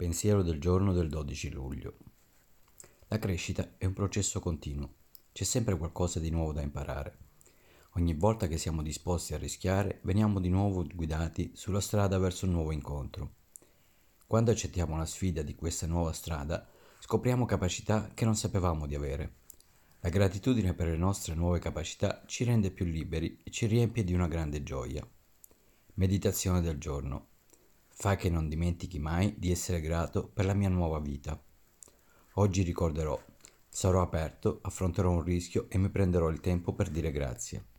Pensiero del giorno del 12 luglio. La crescita è un processo continuo. C'è sempre qualcosa di nuovo da imparare. Ogni volta che siamo disposti a rischiare, veniamo di nuovo guidati sulla strada verso un nuovo incontro. Quando accettiamo la sfida di questa nuova strada, scopriamo capacità che non sapevamo di avere. La gratitudine per le nostre nuove capacità ci rende più liberi e ci riempie di una grande gioia. Meditazione del giorno. Fa che non dimentichi mai di essere grato per la mia nuova vita. Oggi ricorderò, sarò aperto, affronterò un rischio e mi prenderò il tempo per dire grazie.